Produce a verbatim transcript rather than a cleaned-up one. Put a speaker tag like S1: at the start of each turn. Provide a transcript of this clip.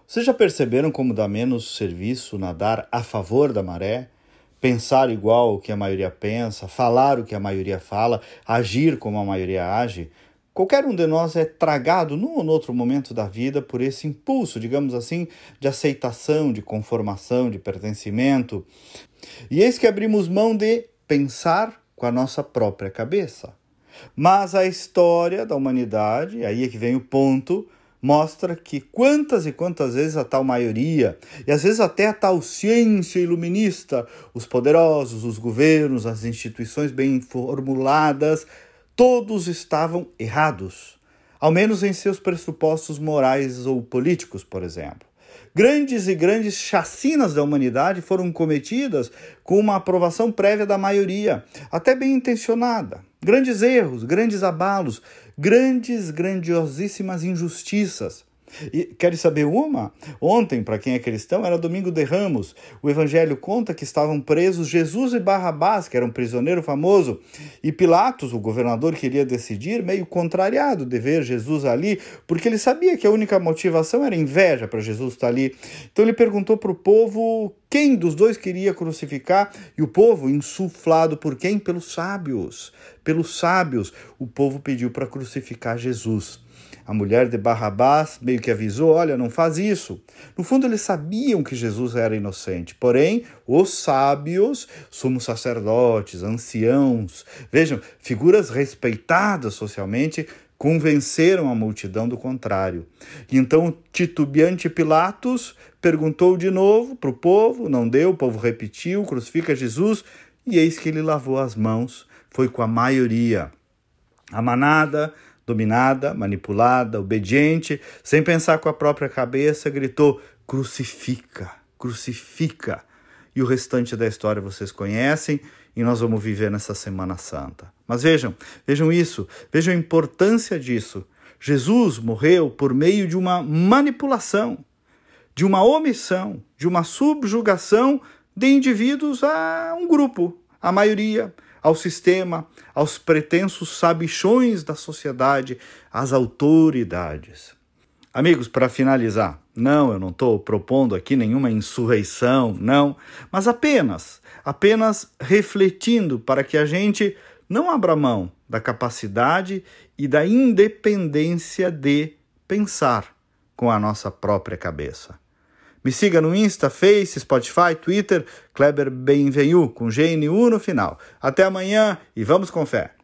S1: Vocês já perceberam como dá menos serviço nadar a favor da maré? Pensar igual o que a maioria pensa, falar o que a maioria fala, agir como a maioria age? Qualquer um de nós é tragado num ou no outro momento da vida por esse impulso, digamos assim, de aceitação, de conformação, de pertencimento. E eis que abrimos mão de pensar com a nossa própria cabeça. Mas a história da humanidade, aí é que vem o ponto, mostra que quantas e quantas vezes a tal maioria, e às vezes até a tal ciência iluminista, os poderosos, os governos, as instituições bem formuladas, todos estavam errados, ao menos em seus pressupostos morais ou políticos, por exemplo. Grandes e grandes chacinas da humanidade foram cometidas com uma aprovação prévia da maioria, até bem intencionada. Grandes erros, grandes abalos, grandes, grandiosíssimas injustiças. E querem saber uma? Ontem, para quem é cristão, era domingo de Ramos. O evangelho conta que estavam presos Jesus e Barrabás, que era um prisioneiro famoso, e Pilatos, o governador, queria decidir, meio contrariado de ver Jesus ali, porque ele sabia que a única motivação era inveja para Jesus estar ali. Então ele perguntou para o povo quem dos dois queria crucificar, e o povo, insuflado por quem? Pelos sábios. Pelos sábios, o povo pediu para crucificar Jesus. A mulher de Barrabás meio que avisou, olha, não faz isso. No fundo, eles sabiam que Jesus era inocente. Porém, os sábios, sumos sacerdotes, anciãos, vejam, figuras respeitadas socialmente, convenceram a multidão do contrário. E então, o titubeante Pilatos perguntou de novo para o povo, não deu, o povo repetiu, crucifica Jesus, e eis que ele lavou as mãos, foi com a maioria. A manada, dominada, manipulada, obediente, sem pensar com a própria cabeça, gritou, crucifica, crucifica. E o restante da história vocês conhecem e nós vamos viver nessa Semana Santa. Mas vejam, vejam isso, vejam a importância disso. Jesus morreu por meio de uma manipulação, de uma omissão, de uma subjugação de indivíduos a um grupo, a maioria, ao sistema, aos pretensos sabichões da sociedade, às autoridades. Amigos, para finalizar, não, eu não estou propondo aqui nenhuma insurreição, não, mas apenas, apenas refletindo para que a gente não abra mão da capacidade e da independência de pensar com a nossa própria cabeça. Me siga no Insta, Face, Spotify, Twitter, Kleber Benvenu, com G N U no final. Até amanhã e vamos com fé!